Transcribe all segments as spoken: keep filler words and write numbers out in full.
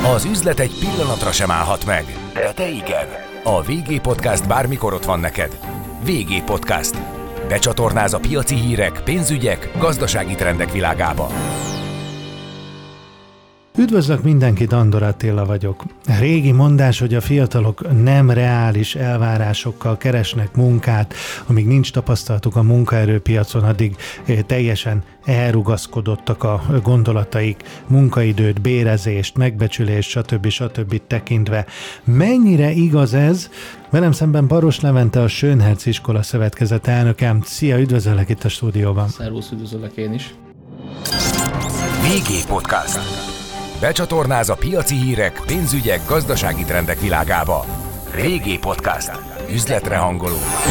Az üzlet egy pillanatra sem állhat meg, de te igen. A vé gé Podcast bármikor ott van neked. vé gé Podcast. Becsatornáz a piaci hírek, pénzügyek, gazdasági trendek világába. Üdvözlök mindenkit, Andor Attila vagyok. Régi mondás, hogy a fiatalok nem reális elvárásokkal keresnek munkát, amíg nincs tapasztalatuk a munkaerőpiacon, addig teljesen elrugaszkodottak a gondolataik, munkaidőt, bérezést, megbecsülést, stb. stb. Tekintve. Mennyire igaz ez? Velem szemben Baros Levente, a Schönherz Iskola Szövetkezet elnöke. Szia, üdvözöllek itt a stúdióban. Szervusz, üdvözöllek én is. vé gé Podcast. Becsatornáz a piaci hírek, pénzügyek, gazdasági trendek világába. vé gé Podcast. Üzletre hangoló.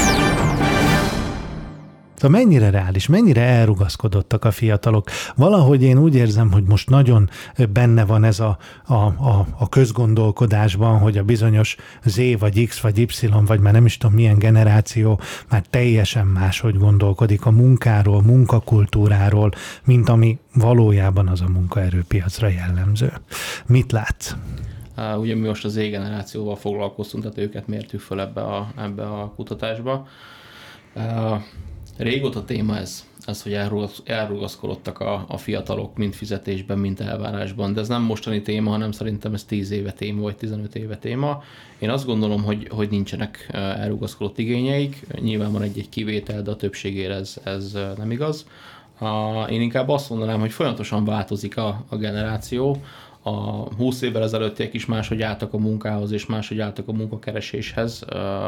Szóval mennyire reális, mennyire elrugaszkodottak a fiatalok? Valahogy én úgy érzem, hogy most nagyon benne van ez a, a, a, a közgondolkodásban, hogy a bizonyos Z vagy X vagy Y, vagy már nem is tudom milyen generáció már teljesen máshogy gondolkodik a munkáról, munkakultúráról, mint ami valójában az a munkaerőpiacra jellemző. Mit látsz? Uh, ugye mi most az Z generációval foglalkoztunk, tehát őket mértük fel ebbe a, ebbe a kutatásba. Uh, Régóta téma ez, ez hogy elrugaszkodottak a, a fiatalok mind fizetésben, mind elvárásban, de ez nem mostani téma, hanem szerintem ez tíz éve téma, vagy tizenöt éve téma. Én azt gondolom, hogy, hogy nincsenek elrugaszkodott igényeik, nyilván van egy-egy kivétel, de a többségére ez, ez nem igaz. Én inkább azt mondanám, hogy folyamatosan változik a, a generáció. A húsz évvel ezelőttiek is máshogy álltak a munkához, és máshogy álltak a munkakereséshez,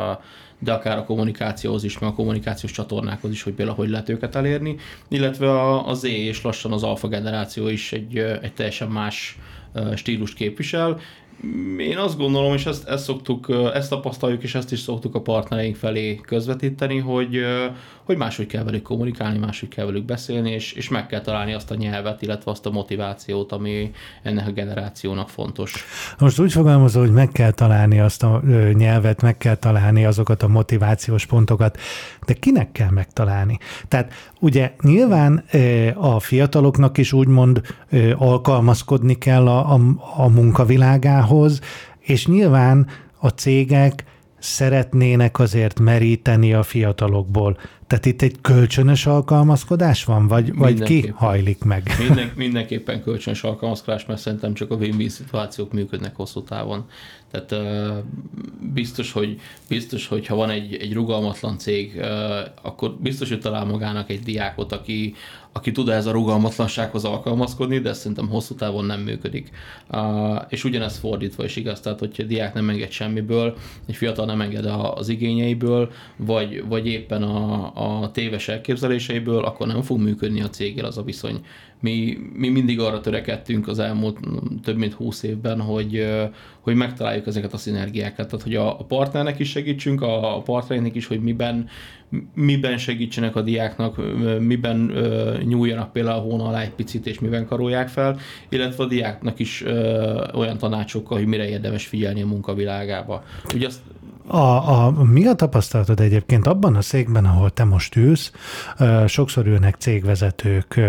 de akár a kommunikációhoz is, meg a kommunikációs csatornákhoz is, hogy például hogy lehet őket elérni, illetve a, a Z és lassan az alfa generáció is egy, egy teljesen más stílust képvisel. Én azt gondolom, és ezt, ezt, szoktuk, ezt tapasztaljuk, és ezt is szoktuk a partnereink felé közvetíteni, hogy, hogy máshogy kell velük kommunikálni, máshogy kell velük beszélni, és, és meg kell találni azt a nyelvet, illetve azt a motivációt, ami ennek a generációnak fontos. Most úgy fogalmazol, hogy meg kell találni azt a nyelvet, meg kell találni azokat a motivációs pontokat, de kinek kell megtalálni? Tehát ugye nyilván a fiataloknak is úgymond alkalmazkodni kell a, a, a munkavilágához, és nyilván a cégek szeretnének azért meríteni a fiatalokból. Tehát itt egy kölcsönös alkalmazkodás van, vagy, vagy ki hajlik meg? Minden, mindenképpen kölcsönös alkalmazkodás, mert szerintem csak a win-win szituációk működnek hosszú távon. Tehát uh, biztos, hogy, biztos, hogy ha van egy, egy rugalmatlan cég, uh, akkor biztos, hogy talál magának egy diákot, aki, aki tud ez a rugalmatlansághoz alkalmazkodni, de ez szerintem hosszú távon nem működik. Uh, és ugyanez fordítva is igaz, tehát hogyha a diák nem enged semmiből, egy fiatal nem enged az igényeiből, vagy, vagy éppen a, a téves elképzeléseiből, akkor nem fog működni a céggel az a viszony. Mi, mi mindig arra törekedtünk az elmúlt több mint húsz évben, hogy, hogy megtaláljuk ezeket a szinergiákat. Tehát, hogy a partnernek is segítsünk, a partnereinknek is, hogy miben, miben segítsenek a diáknak, miben nyúljanak például a hón alá egy picit, és miben karolják fel, illetve a diáknak is olyan tanácsokkal, hogy mire érdemes figyelni a munkavilágába. Ugye azt A, a, mi a tapasztalatod egyébként abban a székben, ahol te most ülsz? Sokszor ülnek cégvezetők,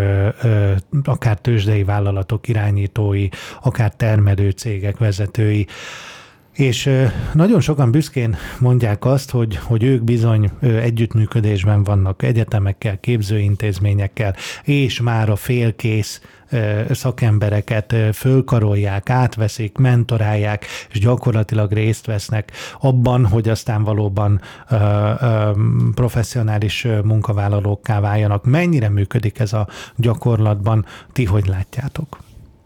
akár tőzsdei vállalatok irányítói, akár termelő cégek vezetői, és nagyon sokan büszkén mondják azt, hogy, hogy ők bizony együttműködésben vannak egyetemekkel, képzőintézményekkel, és már a félkész szakembereket fölkarolják, átveszik, mentorálják, és gyakorlatilag részt vesznek abban, hogy aztán valóban ö, ö, professzionális munkavállalókká váljanak. Mennyire működik ez a gyakorlatban? Ti hogy látjátok?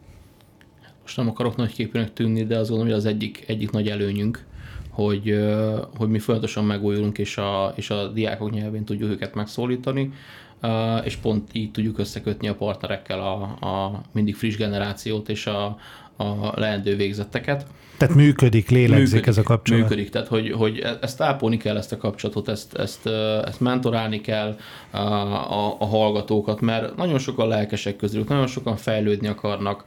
Most nem akarok nagy képűnek tűnni, de azt gondolom, hogy az egyik, egyik nagy előnyünk, hogy, hogy mi folyamatosan megújulunk, és a, és a diákok nyelvén tudjuk őket megszólítani, és pont így tudjuk összekötni a partnerekkel a, a mindig friss generációt és a, a leendő végzetteket. Tehát működik, lélegzik működik, ez a kapcsolat. Működik, tehát hogy, hogy ezt ápolni kell, ezt a kapcsolatot, ezt, ezt, ezt mentorálni kell a, a, a hallgatókat, mert nagyon sokan lelkesek közülük, nagyon sokan fejlődni akarnak.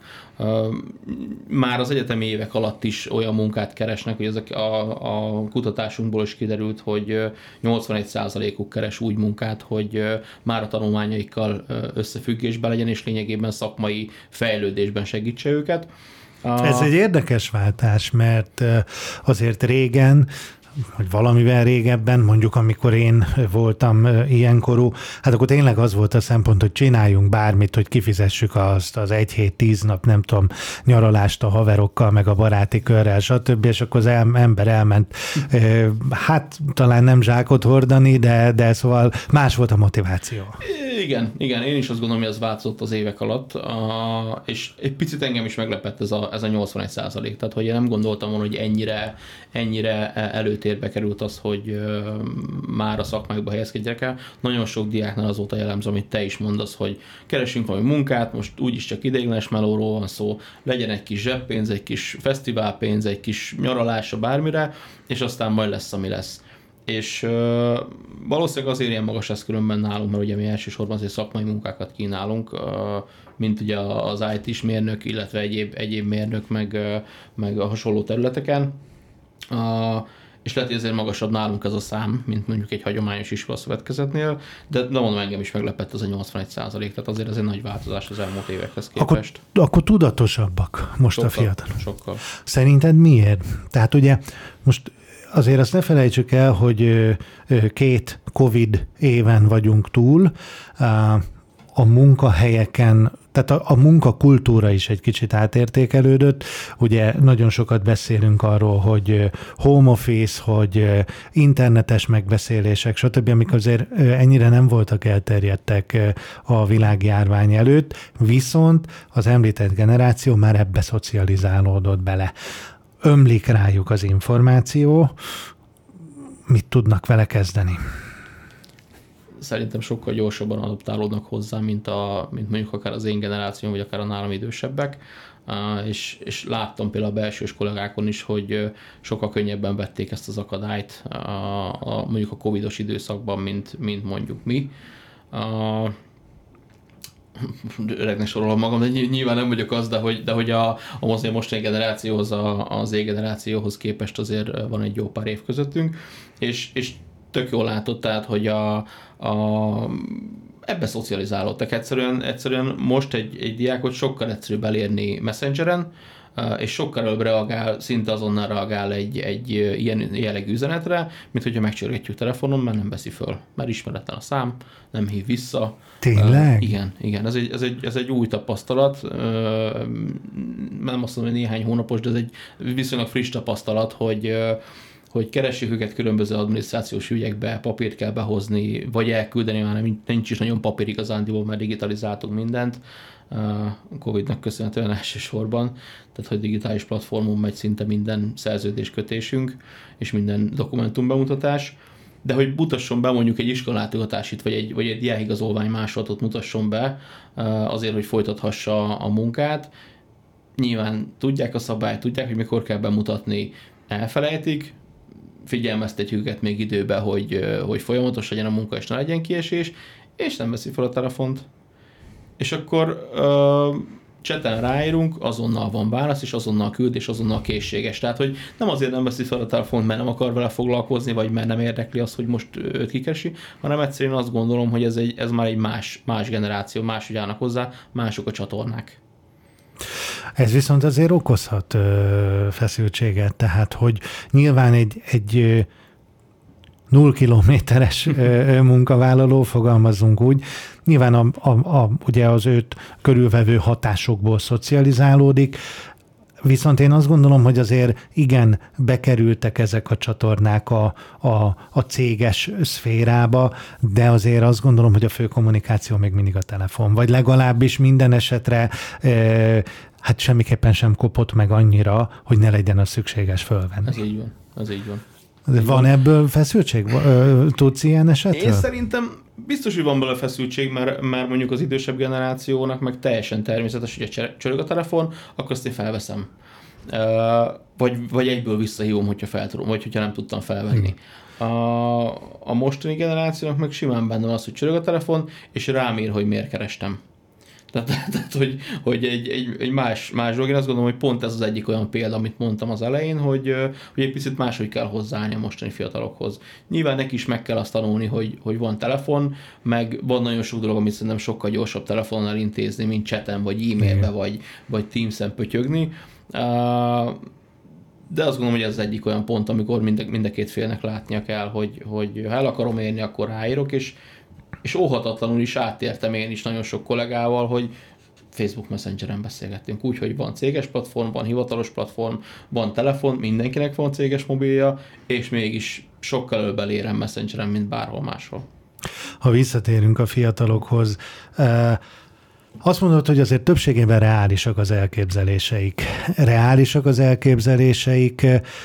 Már az egyetemi évek alatt is olyan munkát keresnek, hogy ezek a, a kutatásunkból is kiderült, hogy nyolcvanegy százalékuk keres úgy munkát, hogy már a tanulmányaikkal összefüggésben legyen, és lényegében szakmai fejlődésben segítse őket. A... Ez egy érdekes váltás, mert azért régen, hogy valamivel régebben, mondjuk amikor én voltam ilyenkorú, hát akkor tényleg az volt a szempont, hogy csináljunk bármit, hogy kifizessük azt az egy hét, tíz nap, nem tudom, nyaralást a haverokkal, meg a baráti körrel, stb. És akkor az ember elment, hát talán nem zsákot hordani, de, de szóval más volt a motiváció. Igen, igen, én is azt gondolom, hogy ez változott az évek alatt, és egy picit engem is meglepett ez a, ez a nyolcvanegy százalék, tehát hogy én nem gondoltam volna, hogy ennyire, ennyire előtérbe került az, hogy már a szakmákba helyezkedjek el. Nagyon sok diáknál az volt a jellemző, amit te is mondasz, hogy keresünk valami munkát, most úgyis csak ideiglenes melóról van szó, legyen egy kis zseppénz, egy kis fesztiválpénz, egy kis nyaralása bármire, és aztán majd lesz, ami lesz. És uh, valószínűleg azért ilyen magas ez különben nálunk, mert ugye mi elsősorban azért szakmai munkákat kínálunk, uh, mint ugye az í té-s mérnök, illetve egyéb, egyéb mérnök, meg, uh, meg a hasonló területeken. Uh, és lehet, hogy ezért magasabb nálunk ez a szám, mint mondjuk egy hagyományos iskolaszövetkezetnél, de, de mondom, engem is meglepett ez a nyolcvanegy százalék, tehát azért ez egy nagy változás az elmúlt évekhez képest. Akkor, akkor tudatosabbak most sokkal, a fiatalok. Sokkal. Szerinted miért? Tehát ugye most azért azt ne felejtsük el, hogy két Covid éven vagyunk túl, a munkahelyeken, tehát a, a munkakultúra is egy kicsit átértékelődött. Ugye nagyon sokat beszélünk arról, hogy home office, hogy internetes megbeszélések, stb., amik azért ennyire nem voltak elterjedtek a világjárvány előtt, viszont az említett generáció már ebbe szocializálódott bele. Ömlik rájuk az információ, mit tudnak vele kezdeni? Szerintem sokkal gyorsabban adaptálódnak hozzá, mint, a, mint mondjuk akár az én generációm, vagy akár a nálam idősebbek, uh, és, és láttam például a belsős kollégákon is, hogy sokkal könnyebben vették ezt az akadályt a, a, mondjuk a covidos időszakban, mint, mint mondjuk mi. Uh, öregnek sorolom magam, de nyilván nem vagyok az, de hogy, de hogy a, a mostani generációhoz, a, az Z-generációhoz képest azért van egy jó pár év közöttünk, és, és tök jól látod, tehát, hogy a, a, ebbe szocializálódtak. Egyszerűen, egyszerűen most egy, egy diákot sokkal egyszerűbb elérni Messengeren, és sokkal előbb reagál, szinte azonnal reagál egy, egy ilyen jellegű üzenetre, mint hogyha megcsörgetjük telefonon, mert nem veszi föl, mert ismeretlen a szám, nem hív vissza. Tényleg? Uh, igen, igen, ez egy, ez, egy, ez egy új tapasztalat, uh, nem azt mondom, hogy néhány hónapos, de ez egy viszonylag friss tapasztalat, hogy uh, hogy keressük őket különböző adminisztrációs ügyekbe, papírt kell behozni, vagy elküldeni, már nem, nincs is nagyon papír igazándiból, mert digitalizáltunk mindent, a Covidnak köszönhetően elsősorban, tehát hogy digitális platformon megy szinte minden szerződéskötésünk, és minden dokumentumbemutatás, de hogy mutasson be mondjuk egy iskolalátogatásit, vagy egy, vagy egy diákigazolvány másolatot mutasson be, azért, hogy folytathassa a munkát. Nyilván tudják a szabályt, tudják, hogy mikor kell bemutatni, elfelejtik, figyelmeztetjük őket még időben, hogy, hogy folyamatos legyen a munka, és ne legyen kiesés, és nem veszi fel a telefont. És akkor uh, cseten ráírunk, azonnal van válasz, és azonnal küld, és azonnal készséges. Tehát, hogy nem azért nem veszi fel a telefont, mert nem akar vele foglalkozni, vagy mert nem érdekli az, hogy most őt kikesi, hanem egyszerűen azt gondolom, hogy ez, egy, ez már egy más, más generáció, máshogy állnak hozzá, mások a csatornák. Ez viszont azért okozhat ö, feszültséget, tehát, hogy nyilván egy, egy null kilométeres ö, munkavállaló, fogalmazzunk úgy, nyilván a, a, a, ugye az őt körülvevő hatásokból szocializálódik, viszont én azt gondolom, hogy azért igen, bekerültek ezek a csatornák a, a, a céges szférába, de azért azt gondolom, hogy a fő kommunikáció még mindig a telefon, vagy legalábbis minden esetre e, hát semmiképpen sem kopott meg annyira, hogy ne legyen az szükséges fölvenni. Ez így van, ez így van. Van, van ebből feszültség? Tudsz ilyen esetről? Én szerintem biztos, hogy van belőle feszültség, mert, mert mondjuk az idősebb generációnak meg teljesen természetes, hogy a csörög a telefon, akkor azt én felveszem. Uh, vagy, vagy egyből visszahívom, hogyha fel tudom, vagy hogyha nem tudtam felvenni. Hmm. A, a mostani generációnak meg simán benne van az, hogy csörög a telefon, és rám ír, hogy miért kerestem. Tehát, tehát hogy, hogy egy, egy, egy más, más dolog. Én azt gondolom, hogy pont ez az egyik olyan példa, amit mondtam az elején, hogy, hogy egy picit máshogy kell hozzáállni a mostani fiatalokhoz. Nyilván neki is meg kell azt tanulni, hogy, hogy van telefon, meg van nagyon sok dolog, amit szerintem sokkal gyorsabb telefonnal intézni, mint chaten, vagy e-mailbe, vagy, vagy Teams-en pötyögni. De azt gondolom, hogy ez az egyik olyan pont, amikor mind, mind a két félnek látnia kell, hogy, hogy ha el akarom érni, akkor ráírok, és és óhatatlanul is átértem én is nagyon sok kollégával, hogy Facebook Messengeren beszélgettünk úgy, hogy van céges platform, van hivatalos platform, van telefon, mindenkinek van céges mobilja, és mégis sokkal előbb elérem Messengeren, mint bárhol máshol. Ha visszatérünk a fiatalokhoz, azt mondod, hogy azért többségében reálisak az elképzeléseik. Reálisak az elképzeléseik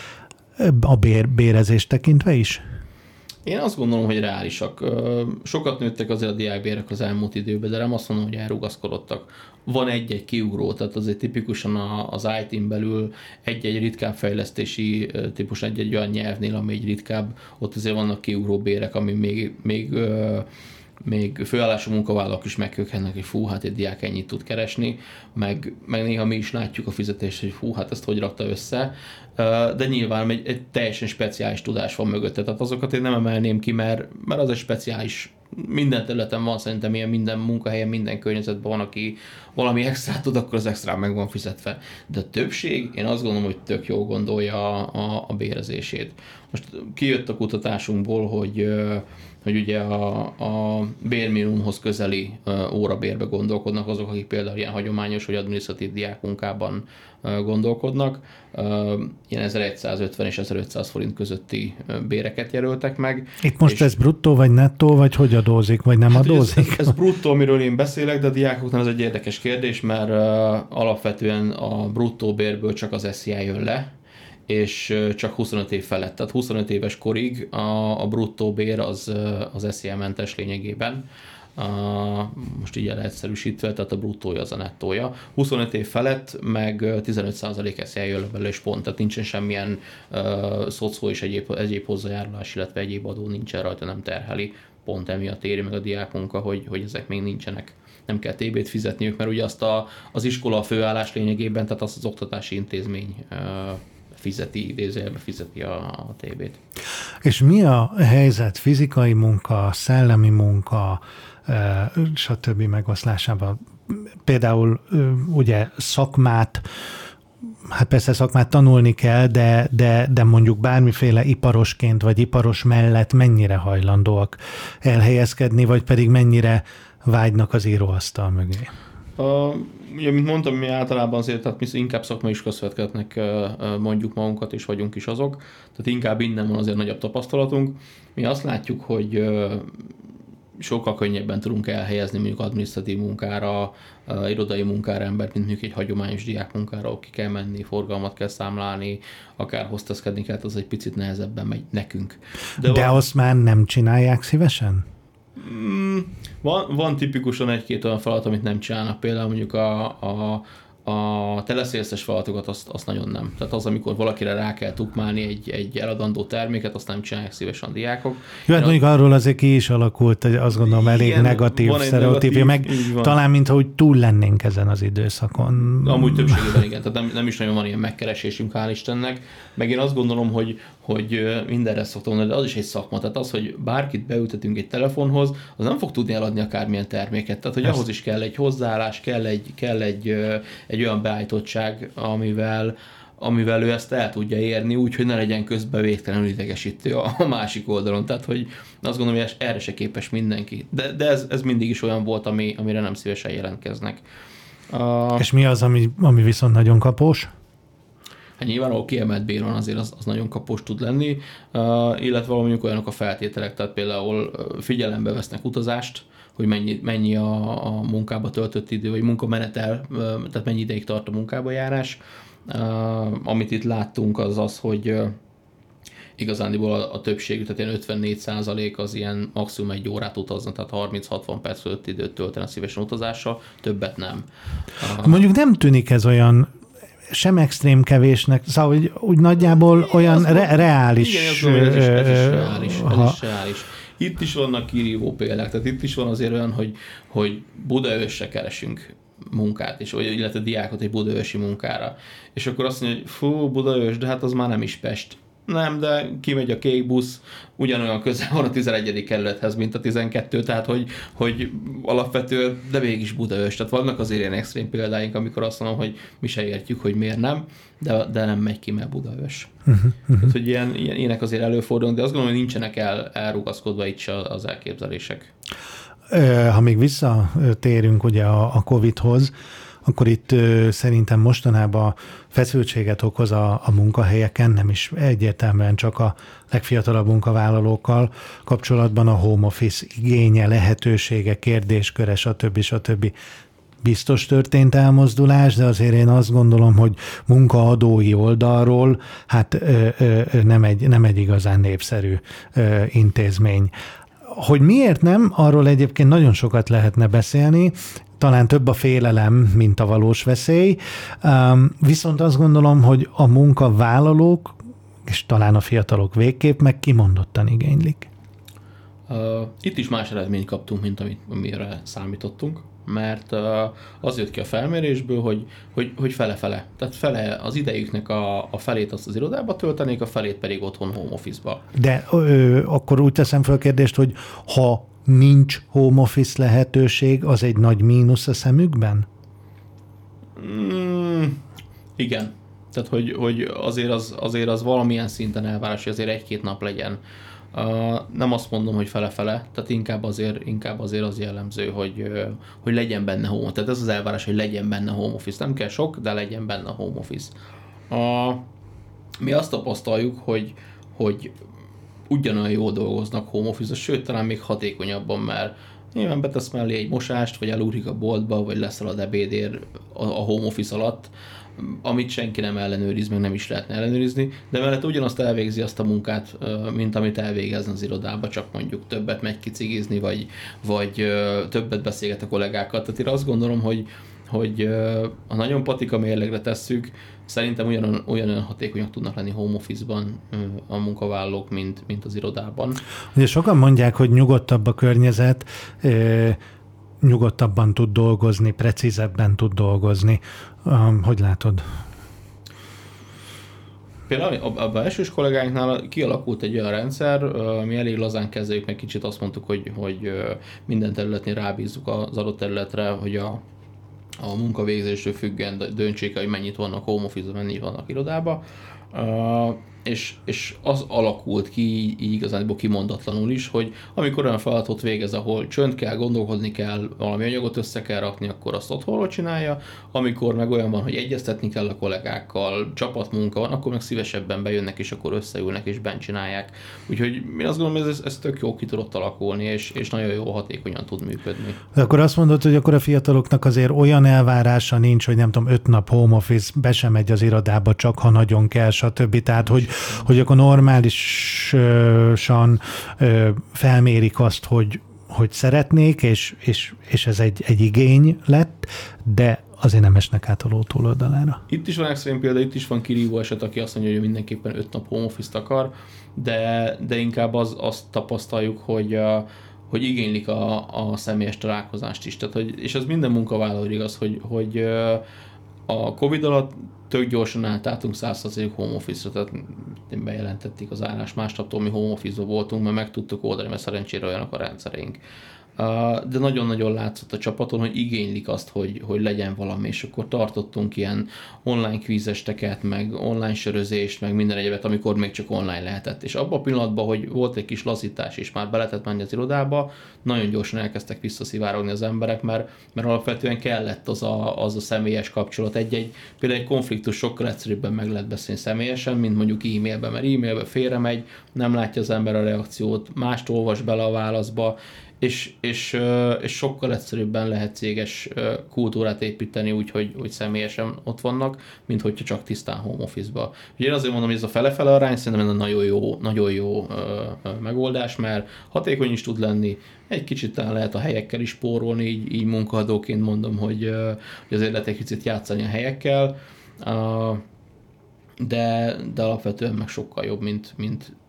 a bér, bérezést tekintve is? Én azt gondolom, hogy reálisak. Sokat nőttek azért a diákbérek az elmúlt időben, de nem azt mondom, hogy elrugaszkodottak. Van egy-egy kiugró, tehát azért tipikusan az í té-n belül egy-egy ritkább fejlesztési típus, egy-egy olyan nyelvnél, ami egy ritkább, ott azért vannak kiugró bérek, ami még, még, még főállású munkavállalók is megkökhennek, hogy fú, hát egy diák ennyit tud keresni, meg, meg néha mi is látjuk a fizetést, hogy fú, hát ezt hogy rakta össze, de nyilván egy, egy teljesen speciális tudás van mögötte, tehát azokat én nem emelném ki, mert, mert az egy speciális, minden területen van szerintem ilyen, minden munkahelyen, minden környezetben van, aki valami extra tud, akkor az extra meg van fizetve. De a többség, én azt gondolom, hogy tök jól gondolja a, a, a bérezését. Most kijött a kutatásunkból, hogy hogy ugye a, a bérminimumhoz közeli uh, órabérbe gondolkodnak azok, akik például ilyen hagyományos vagy adminisztratív diákmunkában uh, gondolkodnak. Uh, ilyen ezeregyszázötven és ezerötszáz forint közötti uh, béreket jelöltek meg. Itt most ez bruttó, vagy nettó, vagy hogy adózik, vagy nem hát, adózik? Ez, ez bruttó, amiről én beszélek, de a diákoknál ez egy érdekes kérdés, mert uh, alapvetően a bruttó bérből csak az es zé i jön le, és csak huszonöt év felett. Tehát huszonöt éves korig a, a bruttó bér az, az es zé i-mentes lényegében. A, most így leegyszerűsítve, tehát a bruttója az a nettója. huszonöt év felett meg tizenöt százalék es zé i jön belőle, és pont, tehát nincsen semmilyen uh, szocó és egyéb, egyéb hozzájárulás, illetve egyéb adó nincsen rajta, nem terheli. Pont emiatt éri meg a diákmunka, hogy, hogy ezek még nincsenek. Nem kell té bét fizetniük, mert ugye azt a, az iskola a főállás lényegében, tehát azt az oktatási intézmény uh, fizeti, idézőjelben fizeti a, a té bét. És mi a helyzet fizikai munka, szellemi munka, stb. Megoszlásában? Például ugye szakmát, hát persze szakmát tanulni kell, de, de, de mondjuk bármiféle iparosként vagy iparos mellett mennyire hajlandóak elhelyezkedni, vagy pedig mennyire vágynak az íróasztal mögé? Uh, ugye, mint mondtam, mi általában azért, tehát mi inkább szakmai iskolaszövetkezetnek mondjuk magunkat, és vagyunk is azok, tehát inkább innen van azért nagyobb tapasztalatunk. Mi azt látjuk, hogy uh, sokkal könnyebben tudunk elhelyezni mondjuk adminisztratív munkára, uh, irodai munkára embert, mint mondjuk egy hagyományos diákmunkára, ki kell menni, forgalmat kell számlálni, akár hozteszkedni kell, az egy picit nehezebben megy nekünk. De, De van... azt már nem csinálják szívesen? Mm, van, van tipikusan egy-két olyan feladat, amit nem csinálnak, például mondjuk a, a, a teleszélszes feladatokat azt, azt nagyon nem. Tehát az, amikor valakire rá kell tukmálni egy, egy eladandó terméket, azt nem csinálják szívesen diákok. Jó, hát mondjuk arról azért ki is alakult, azt gondolom elég igen, negatív sztereotípia, meg talán mintha úgy túl lennénk ezen az időszakon. Amúgy többségében igen, tehát nem, nem is nagyon van ilyen megkeresésünk, hál' Istennek. Meg én azt gondolom, hogy, hogy mindenre szoktam mondani, de az is egy szakma. Tehát az, hogy bárkit beültetünk egy telefonhoz, az nem fog tudni eladni akármilyen terméket. Tehát, hogy Ezt. ahhoz is kell egy hozzáállás, kell egy, kell egy, egy olyan beállítottság, amivel, amivel ő ezt el tudja érni, úgy, hogy ne legyen közben végtelenül idegesítő a másik oldalon. Tehát, hogy azt gondolom, hogy erre se képes mindenki. De, de ez, ez mindig is olyan volt, ami, amire nem szívesen jelentkeznek. Uh, És mi az, ami, ami viszont nagyon kapós? Hát nyilván, ahol kiemelt bér van, azért az, az nagyon kapós tud lenni, uh, illetve mondjuk olyanok a feltételek, tehát például figyelembe vesznek utazást, hogy mennyi, mennyi a, a munkába töltött idő, vagy munkamenetel, uh, tehát mennyi ideig tart a munkába járás. Uh, amit itt láttunk, az az, hogy uh, igazándiból a, a többség, tehát ilyen ötvennégy százalék az ilyen maximum egy órát utazna, tehát harminc-hatvan perc fölött időt töltene szívesen utazással, többet nem. Uh, Mondjuk nem tűnik ez olyan sem extrém kevésnek, szóval úgy, úgy nagyjából igen, olyan re- reális. Igen, ez, ez, is, ez is reális. Ez ha... is reális. itt is vannak kirívó példák, tehát itt is van azért olyan, hogy, hogy Budaörsre keresünk munkát, és, illetve diákot egy budaörsi munkára. És akkor azt mondja, hogy fú, Budaörs, de hát az már nem is Pest. Nem, de kimegy a kék busz, ugyanolyan közel van a tizenegyedik kerülethez, mint a tizenkettő, tehát hogy, hogy alapvetően, de mégis Budaörs. Tehát vannak azért ilyen extrém példáink, amikor azt mondom, hogy mi se értjük, hogy miért nem, de, de nem megy ki, mert Budaörs. Uh-huh, uh-huh. Tehát, hogy ilyen, ilyen, ilyenek azért előfordulnak, de azt gondolom, hogy nincsenek el, elrugaszkodva itt se az elképzelések. Ha még visszatérünk ugye a, a Covidhoz, akkor itt ö, szerintem mostanában feszültséget okoz a, a munkahelyeken, nem is egyértelműen csak a legfiatalabb munkavállalókkal kapcsolatban a home office igénye, lehetősége, kérdésköre, stb. stb. Biztos történt elmozdulás, de azért én azt gondolom, hogy munkaadói oldalról hát ö, ö, nem, egy, nem egy igazán népszerű ö, intézmény. Hogy miért nem, arról egyébként nagyon sokat lehetne beszélni, talán több a félelem, mint a valós veszély, viszont azt gondolom, hogy a munkavállalók, és talán a fiatalok végképp meg kimondottan igénylik. Uh, itt is más eredményt kaptunk, mint amit, amire számítottunk, mert uh, az jött ki a felmérésből, hogy, hogy, hogy fele-fele. Tehát fele az idejüknek a, a felét azt az irodába töltenék, a felét pedig otthon home office-ba. De ö, akkor úgy teszem fel a kérdést, hogy ha nincs home office lehetőség, az egy nagy mínusz a szemükben? Mm, igen. Tehát, hogy, hogy azért, az, azért az valamilyen szinten elvárás, hogy azért egy-két nap legyen. Uh, nem azt mondom, hogy fele-fele, tehát inkább azért, inkább azért az jellemző, hogy, uh, hogy legyen benne home office. Tehát ez az elvárás, hogy legyen benne home office. Nem kell sok, de legyen benne home office. Uh, mi azt tapasztaljuk, hogy, hogy ugyanolyan jól dolgoznak home office, sőt, talán még hatékonyabban, mert nyilván betesz mellé egy mosást, vagy elúrik a boltba, vagy leszalad ebédér a, a home office alatt, amit senki nem ellenőriz, meg nem is lehetne ellenőrizni, de mellett ugyanazt elvégzi azt a munkát, mint amit elvégezne az irodába, csak mondjuk többet megy kicigizni, vagy, vagy többet beszélget a kollégákkal. Tehát én azt gondolom, hogy, hogy ha nagyon patika mérlegre tesszük, szerintem ugyanolyan, ugyanolyan hatékonyak tudnak lenni home office-ban a munkavállalók, mint, mint az irodában. Ugye sokan mondják, hogy nyugodtabb a környezet, nyugodtabban tud dolgozni, precízebben tud dolgozni. Hogy látod? Például a belsős kollégánknál kialakult egy olyan rendszer, mi elég lazán kezeljük, meg kicsit azt mondtuk, hogy, hogy minden területnél rábízzuk az adott területre, hogy a, a munkavégzésről függően döntsék, hogy mennyit vannak home office-ban, mennyit vannak irodába. És, és az alakult ki így igazából kimondatlanul is, hogy amikor olyan feladatot végez, ahol csönd kell, gondolkodni kell, valami anyagot össze kell rakni, akkor azt otthonról csinálja, amikor meg olyan van, hogy egyeztetni kell a kollégákkal, csapatmunka van, akkor meg szívesebben bejönnek, és akkor összeülnek, és bent csinálják. Úgyhogy én azt gondolom, hogy ez, ez tök jó ki tudott alakulni, és, és nagyon jó hatékonyan tud működni. De akkor azt mondod, hogy akkor a fiataloknak azért olyan elvárása nincs, hogy nem tudom, öt nap home office, be sem megy az irodába, csak ha nagyon kell, stb. Tehát, hogy hogy akkor normálisan felmérik azt, hogy, hogy szeretnék, és, és, és ez egy, egy igény lett, de azért nem esnek át a ló túloldalára. Itt is van extrém példa, itt is van kirívó eset, aki azt mondja, hogy mindenképpen öt nap home office-t akar, de, de inkább az, azt tapasztaljuk, hogy hogy igénylik a, a személyes találkozást is. Tehát, hogy, és az minden munkavállaló igaz, hogy, hogy a Covid alatt tök gyorsan átálltunk száz százalék home office-ra, tehát bejelentették az állás, másnaptól mi home office-ba voltunk, mert meg tudtuk oldani, mert szerencsére olyanok a rendszereink. De nagyon-nagyon látszott a csapaton, hogy igénylik azt, hogy, hogy legyen valami, és akkor tartottunk ilyen online kvízesteket, meg online sörözést, meg minden egyebet, amikor még csak online lehetett. És abban a pillanatban, hogy volt egy kis lazítás, és már be lehetett menni az irodába, nagyon gyorsan elkezdtek visszaszivárogni az emberek, mert, mert alapvetően kellett az a, az a személyes kapcsolat. Egy-egy, például egy konfliktus sokkal egyszerűbben meg lehet beszélni személyesen, mint mondjuk e-mailben, mert e-mailben félremegy, nem látja az ember a reakciót, mást olvas bele a válaszba, És, és, és sokkal egyszerűbben lehet céges kultúrát építeni úgy, hogy, hogy személyesen ott vannak, mint hogyha csak tisztán home office-ba. Ugye én azért mondom, hogy ez a fele-fele arány szerintem ez a nagyon jó, nagyon jó megoldás, mert hatékony is tud lenni, egy kicsit talán lehet a helyekkel is spórolni, így, így munkahadóként mondom, hogy, hogy azért lehet egy kicsit játszani a helyekkel, de, de alapvetően meg sokkal jobb, mint, mint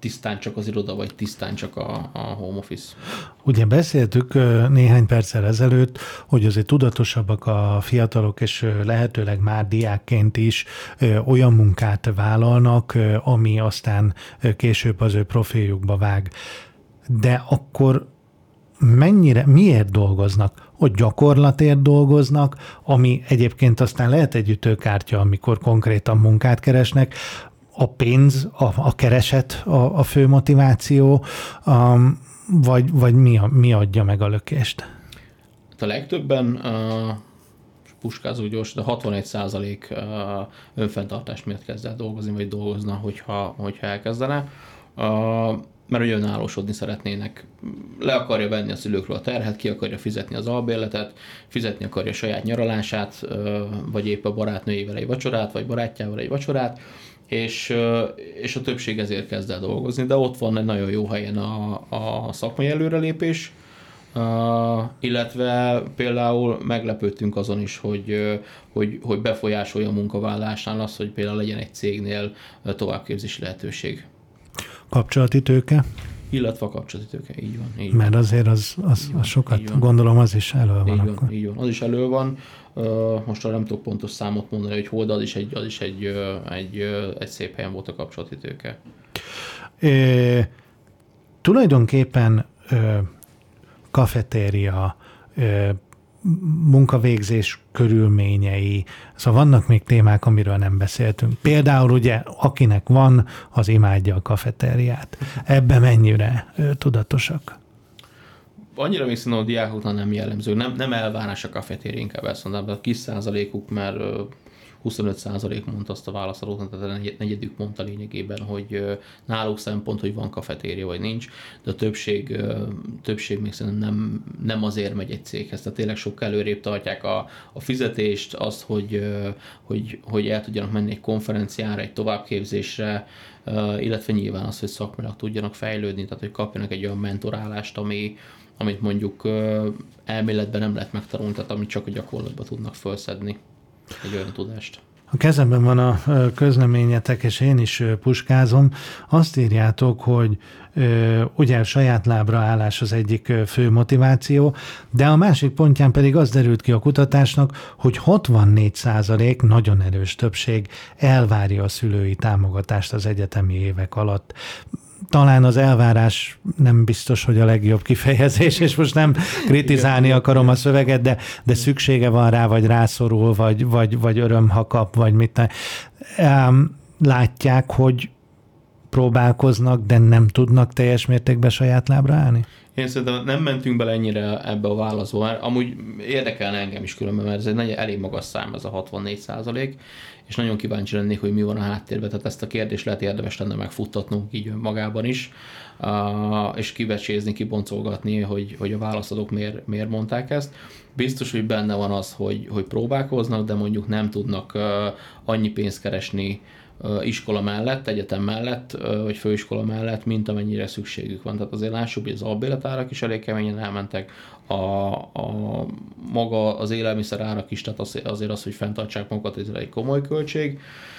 tisztán csak az iroda, vagy tisztán csak a, a home office. Ugye beszéltük néhány perccel ezelőtt, hogy azért tudatosabbak a fiatalok, és lehetőleg már diákként is olyan munkát vállalnak, ami aztán később az ő profiljukba vág. De akkor mennyire, miért dolgoznak? Hogy gyakorlatért dolgoznak, ami egyébként aztán lehet egy ütőkártya, amikor konkrétan munkát keresnek, a pénz, a, a kereset a, a fő motiváció, um, vagy, vagy mi, a, mi adja meg a lökést? A legtöbben uh, puskázó gyors, de hatvanegy százalék uh, önfenntartás miatt kezd el dolgozni, vagy dolgozna, hogyha, hogyha elkezdene. Uh, mert hogy önállósodni szeretnének. Le akarja venni a szülőkről a terhet, ki akarja fizetni az albérletet, fizetni akarja a saját nyaralását, vagy épp a barátnőjével egy vacsorát, vagy barátjával egy vacsorát, és, és a többség ezért kezd el dolgozni, de ott van egy nagyon jó helyen a, a szakmai előrelépés, Uh, illetve például meglepődtünk azon is, hogy, hogy, hogy befolyásolja a munkavállalásnál az, hogy például legyen egy cégnél továbbképzési lehetőség. Kapcsolati tőke? Illetve a kapcsolati tőke, így van. Így Mert van. azért az, az, van, az sokat, gondolom az is elő van. Így van, akkor. így van, az is elő van. Most nem tudok pontos számot mondani, hogy hol, de az is egy, az is egy, egy, egy szép helyen volt a kapcsolati tőke. É, tulajdonképpen ö, kafetéria, ö, munkavégzés körülményei, szóval vannak még témák, amiről nem beszéltünk. Például ugye, akinek van, az imádja a kafetériát. Ebben mennyire ö, tudatosak? Annyira még szerintem a diákoknál nem jellemző, nem, nem elvárás a kafetéria, inkább ezt mondom, de a kis százalékuk már huszonöt százalék mondta azt a válaszadóknak, tehát a negyedük mondta lényegében, hogy náluk szempont, hogy van kafetéria vagy nincs, de a többség, többség még szerintem nem, nem azért megy egy céghez, tehát tényleg sokkal előrébb tartják a, a fizetést, azt, hogy, hogy, hogy el tudjanak menni egy konferenciára, egy továbbképzésre, illetve nyilván az, hogy szakmailag tudjanak fejlődni, tehát hogy kapjanak egy olyan mentorálást, ami, amit mondjuk elméletben nem lehet megtanulni, tehát amit csak a gyakorlatban tudnak felszedni. Egy olyan tudást. A kezemben van a közleményetek, és én is puskázom. Azt írjátok, hogy ugye a saját lábra állás az egyik fő motiváció, de a másik pontján pedig az derült ki a kutatásnak, hogy hatvannégy százalék, nagyon erős többség elvárja a szülői támogatást az egyetemi évek alatt. Talán az elvárás nem biztos, hogy a legjobb kifejezés, és most nem kritizálni akarom a szöveget, de, de szüksége van rá, vagy rászorul, vagy, vagy, vagy öröm, ha kap, vagy mit. Látják, hogy próbálkoznak, de nem tudnak teljes mértékben saját lábra állni? Én szerintem nem mentünk bele ennyire ebbe a válaszba, mert amúgy érdekelne engem is különben, mert ez egy elég magas szám, ez a hatvannégy százalék, és nagyon kíváncsi lennék, hogy mi van a háttérben, tehát ezt a kérdést lehet érdemes lenne megfuttatnunk így önmagában is, és kivecsézni, kiboncolgatni, hogy, hogy a válaszadók miért, miért mondták ezt. Biztos, hogy benne van az, hogy, hogy próbálkoznak, de mondjuk nem tudnak annyi pénzt keresni iskola mellett, egyetem mellett, vagy főiskola mellett, mint amennyire szükségük van. Tehát azért lássuk, hogy az albérletárak is elég keményen elmentek, a, a maga az élelmiszer árak is, tehát az, azért az, hogy fenntartsák magukat, ez egy komoly költség.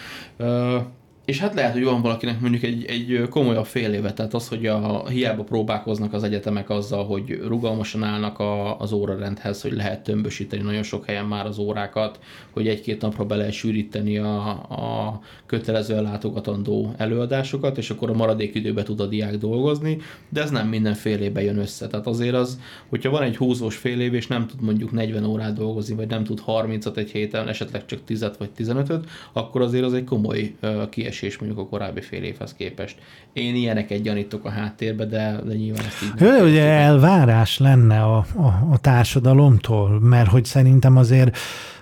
És hát lehet, hogy van valakinek mondjuk egy, egy komolyabb fél éve, tehát az, hogy a, hiába próbálkoznak az egyetemek azzal, hogy rugalmasan állnak a, az órarendhez, hogy lehet tömbösíteni nagyon sok helyen már az órákat, hogy egy-két napra be lehet sűríteni a, a kötelezően látogatandó előadásokat, és akkor a maradék időben tud a diák dolgozni, de ez nem minden fél évben jön össze. Tehát azért az, hogyha van egy húzós fél év, és nem tud mondjuk negyven órát dolgozni, vagy nem tud harmincat egy héten, esetleg csak tízet vagy tizenötöt, akkor azért az egy komoly uh, kiesés mondjuk a korábbi fél évhez képest. Én ilyeneket gyanítok a háttérbe, de, de nyilván ezt így nem. Ő, ugye elvárás lenne a, a, a társadalomtól, mert hogy szerintem azért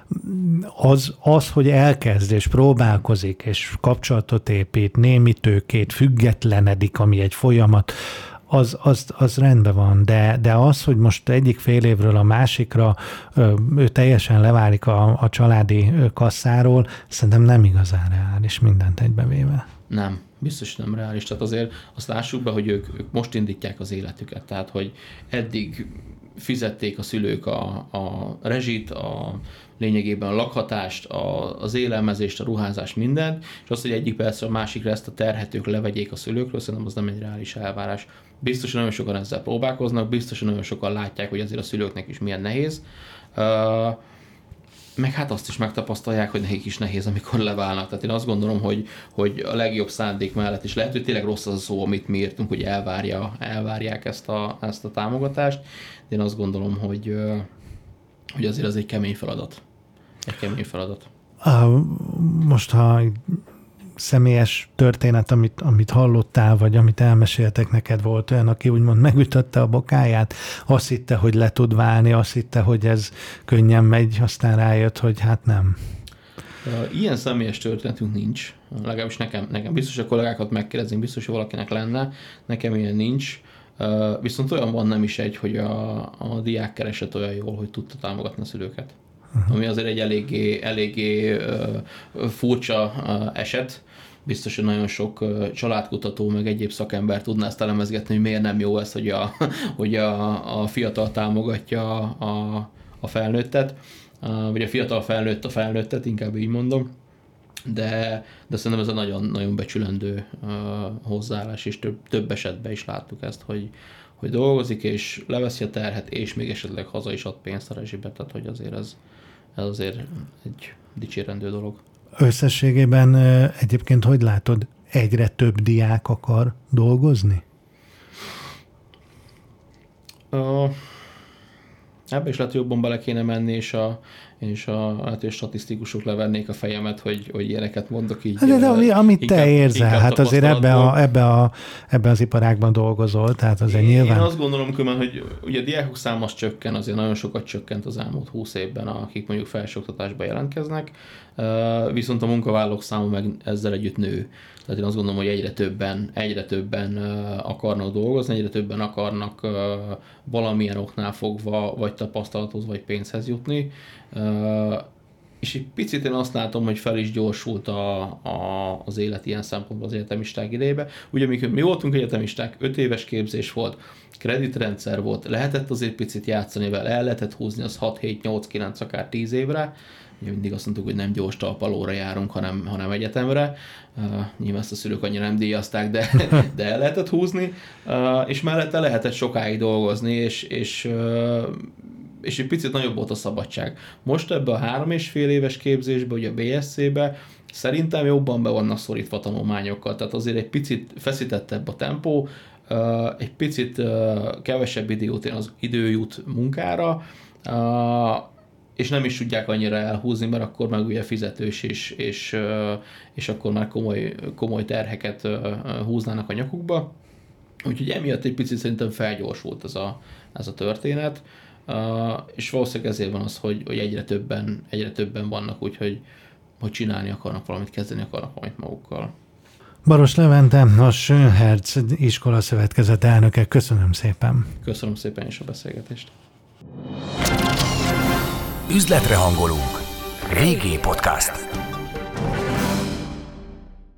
az, az, hogy elkezd és próbálkozik, és kapcsolatot épít, némi tőkét, függetlenedik, ami egy folyamat, az, az, az rendben van, de, de az, hogy most egyik fél évről a másikra ő teljesen leválik a, a családi kasszáról, szerintem nem igazán reális mindent egybevéve. Nem, biztos nem reális. Tehát azért azt lássuk be, hogy ők, ők most indítják az életüket. Tehát, hogy eddig fizették a szülők a, a rezsit, a lényegében a lakhatást, a, az élelmezést, a ruházást, mindent, és az, hogy egyik percre a másikra ezt a terhetők levegyék a szülőkről, szerintem az nem egy reális elvárás. Biztos, hogy nagyon sokan ezzel próbálkoznak, biztos, hogy nagyon sokan látják, hogy azért a szülőknek is milyen nehéz. Uh, meg hát azt is megtapasztalják, hogy nekik is nehéz, amikor leválnak. Tehát én azt gondolom, hogy, hogy a legjobb szándék mellett is lehet, hogy tényleg rossz az a szó, amit mi írtunk, hogy elvárja, elvárják ezt a, ezt a támogatást. De én azt gondolom, hogy, hogy azért ez egy kemény feladat. Egy kemény feladat. Most, ha személyes történet, amit, amit hallottál, vagy amit elmeséltek neked, volt olyan, aki úgymond megütötte a bokáját, azt hitte, hogy le tud válni, azt hitte, hogy ez könnyen megy, aztán rájött, hogy hát nem. Ilyen személyes történetünk nincs. Legalábbis nekem, nekem biztos, a kollégákat megkérdezni, biztos, hogy valakinek lenne, nekem ilyen nincs. Viszont olyan van nem is egy, hogy a, a diák keresett olyan jól, hogy tudta támogatni a szülőket. Uh-huh. Ami azért egy eléggé, eléggé uh, furcsa uh, eset. Biztos, hogy nagyon sok uh, családkutató, meg egyéb szakember tudná ezt elemezgetni, hogy miért nem jó ez, hogy a, hogy a, a fiatal támogatja a, a felnőttet, uh, vagy a fiatal felnőtt a felnőttet, inkább így mondom. De, de szerintem ez a nagyon, nagyon becsülendő uh, hozzáállás, és több, több esetben is láttuk ezt, hogy, hogy dolgozik, és leveszi a terhet, és még esetleg haza is ad pénzt a rezsibe, tehát hogy azért ez, ez azért egy dicsérendő dolog. Összességében egyébként hogy látod, egyre több diák akar dolgozni? Uh, ebbe is lehet jobban bele kéne menni, és a és a, hát, és statisztikusok levennék a fejemet, hogy, hogy ilyeneket mondok így. De, de ami, amit inkább, te érzel, hát azért ebbe, a, ebbe, a, ebbe az iparágban dolgozol, tehát azért én, nyilván... Én azt gondolom, különben, hogy ugye a diákok száma az csökken, azért nagyon sokat csökkent az elmúlt húsz évben, akik mondjuk felsőoktatásba jelentkeznek, viszont a munkavállalók száma meg ezzel együtt nő. Tehát én azt gondolom, hogy egyre többen, egyre többen akarnak dolgozni, egyre többen akarnak valamilyen oknál fogva, vagy tapasztalathoz, vagy pénzhez jutni. Uh, és egy picit én azt látom, hogy fel is gyorsult a, a, az élet ilyen szempontból az egyetemisták idejében. Ugye amikor mi voltunk egyetemisták, öt éves képzés volt, kreditrendszer volt, lehetett azért picit játszani vele, el lehetett húzni az hat, hét, nyolc, kilenc, akár tíz évre. Ugye mindig azt mondtuk, hogy nem gyors talpalóra járunk, hanem, hanem egyetemre. Uh, nyilván ezt a szülők annyira nem díjazták, de, de el lehetett húzni. Uh, és mellette lehetett sokáig dolgozni, és, és uh, és egy picit nagyobb volt a szabadság. Most ebbe a három és fél éves képzésbe, ugye a bé es cé-be szerintem jobban be vannak szorítva tanulmányokkal, tehát azért egy picit feszítettebb a tempó, egy picit kevesebb idő jut, az idő jut munkára, és nem is tudják annyira elhúzni, mert akkor meg ugye fizetős is, és, és akkor már komoly, komoly terheket húznának a nyakukba. Úgyhogy emiatt egy picit szerintem felgyorsult ez a, ez a történet. Uh, és valószínűleg ezért van az, hogy, hogy egyre többen, egyre többen vannak, úgyhogy hogy csinálni akarnak valamit, kezdeni akarnak valamit magukkal. Baros Levente, a Schönherz Iskola Szövetkezet elnöke, köszönöm szépen. Köszönöm szépen is a beszélgetést. Üzletre hangolunk. vé gé Podcast.